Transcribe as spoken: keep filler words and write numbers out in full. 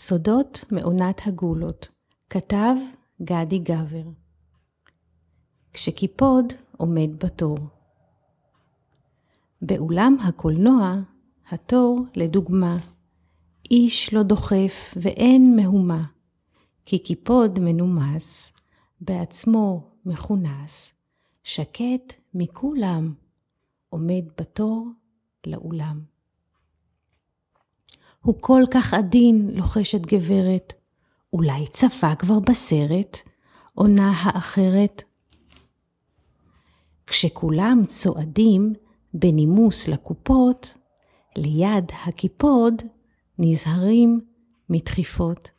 סודות מעונת הגולות, כתב גדי גבר. כשקיפוד עומד בתור. באולם הקולנוע, התור לדוגמה, איש לא דוחף ואין מהומה, כי קיפוד מנומס, בעצמו מכונס, שקט מכולם, עומד בתור לאולם. הוא כל כך עדין, לוחשת גברת, אולי צפה כבר בסרט, עונה האחרת. כשכולם צועדים בנימוס לקופות, ליד הקיפוד נזהרים מדחיפות.